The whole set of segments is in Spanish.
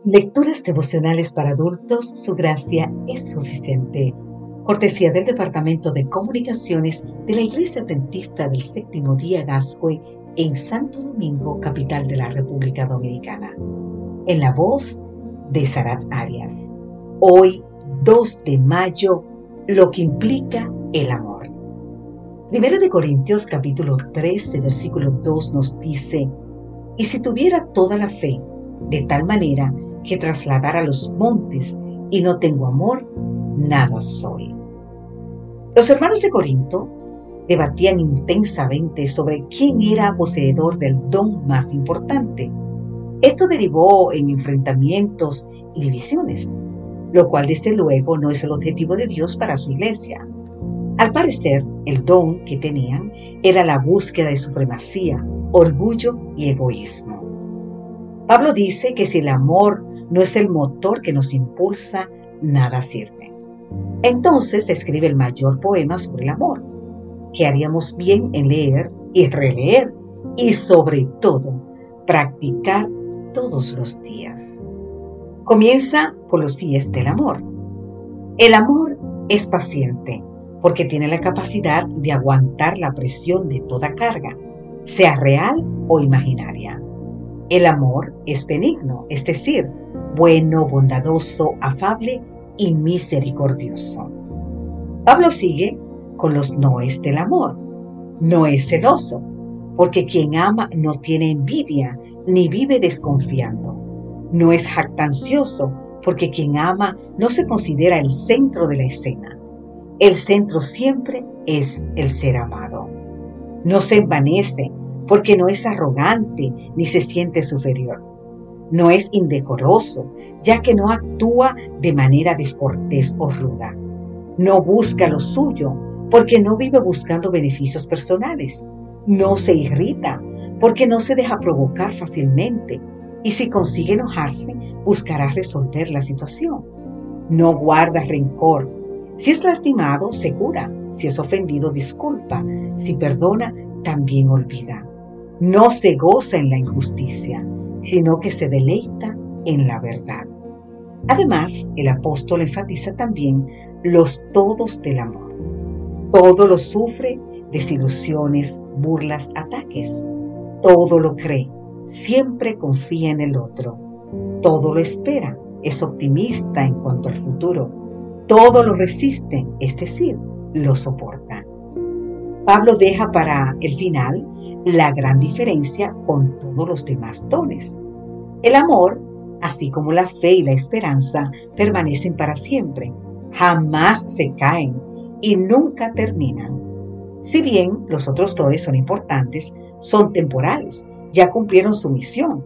Lecturas devocionales para adultos, su gracia es suficiente. Cortesía del Departamento de Comunicaciones de la Iglesia Adventista del Séptimo Día Gascue en Santo Domingo, capital de la República Dominicana. En la voz de Sarat Arias. Hoy, 2 de mayo, lo que implica el amor. Primero de Corintios capítulo 13, versículo 2 nos dice: y si tuviera toda la fe, de tal manera que trasladara los montes y no tengo amor, nada soy. Los hermanos de Corinto debatían intensamente sobre quién era poseedor del don más importante. Esto derivó en enfrentamientos y divisiones, lo cual desde luego no es el objetivo de Dios para su iglesia. Al parecer, el don que tenían era la búsqueda de supremacía, orgullo y egoísmo. Pablo dice que si el amor no es el motor que nos impulsa, nada sirve. Entonces escribe el mayor poema sobre el amor, que haríamos bien en leer y releer y sobre todo practicar todos los días. Comienza por los síes del amor. El amor es paciente porque tiene la capacidad de aguantar la presión de toda carga, sea real o imaginaria. El amor es benigno, es decir, bueno, bondadoso, afable y misericordioso. Pablo sigue con los noes del amor. No es celoso, porque quien ama no tiene envidia ni vive desconfiando. No es jactancioso, porque quien ama no se considera el centro de la escena. El centro siempre es el ser amado. No se envanece, porque no es arrogante ni se siente superior. No es indecoroso, ya que no actúa de manera descortés o ruda. No busca lo suyo, porque no vive buscando beneficios personales. No se irrita, porque no se deja provocar fácilmente. Y si consigue enojarse, buscará resolver la situación. No guarda rencor. Si es lastimado, se cura. Si es ofendido, disculpa. Si perdona, también olvida. No se goza en la injusticia, sino que se deleita en la verdad. Además, el apóstol enfatiza también los todos del amor. Todo lo sufre, desilusiones, burlas, ataques. Todo lo cree, siempre confía en el otro. Todo lo espera, es optimista en cuanto al futuro. Todo lo resiste, es decir, lo soporta. Pablo deja para el final la gran diferencia con todos los demás dones. El amor, así como la fe y la esperanza, permanecen para siempre, jamás se caen y nunca terminan. Si bien los otros dones son importantes, son temporales, ya cumplieron su misión.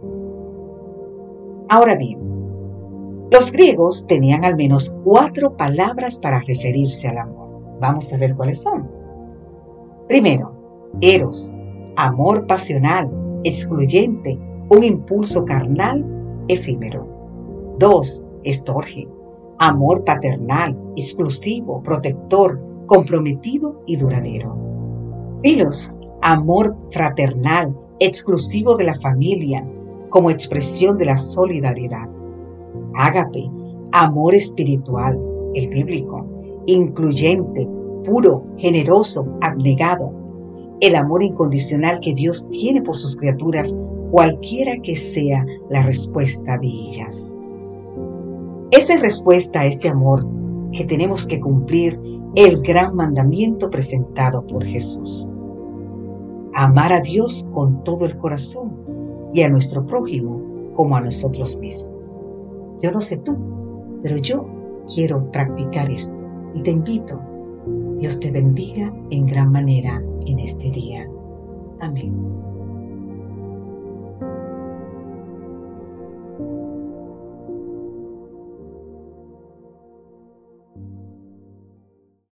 Ahora bien, los griegos tenían al menos 4 palabras para referirse al amor. Vamos a ver cuáles son. Primero, eros, amor pasional, excluyente, un impulso carnal, efímero. 2, estorge, amor paternal, exclusivo, protector, comprometido y duradero. Filos, amor fraternal, exclusivo de la familia, como expresión de la solidaridad. Ágape, amor espiritual, el bíblico, incluyente, puro, generoso, abnegado. El amor incondicional que Dios tiene por sus criaturas, cualquiera que sea la respuesta de ellas. Es en respuesta a este amor que tenemos que cumplir el gran mandamiento presentado por Jesús. Amar a Dios con todo el corazón y a nuestro prójimo como a nosotros mismos. Yo no sé tú, pero yo quiero practicar esto y te invito. Dios te bendiga en gran manera en este día. Amén.